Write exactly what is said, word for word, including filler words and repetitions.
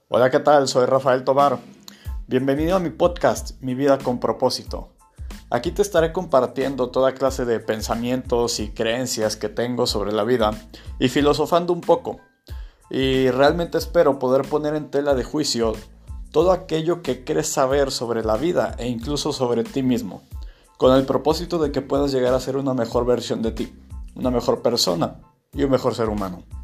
Hola, ¿qué tal? Soy Rafael Tobar. Bienvenido a mi podcast, Mi Vida con Propósito. Aquí te estaré compartiendo toda clase de pensamientos y creencias que tengo sobre la vida y filosofando un poco. Y realmente espero poder poner en tela de juicio todo aquello que crees saber sobre la vida e incluso sobre ti mismo, con el propósito de que puedas llegar a ser una mejor versión de ti, una mejor persona y un mejor ser humano.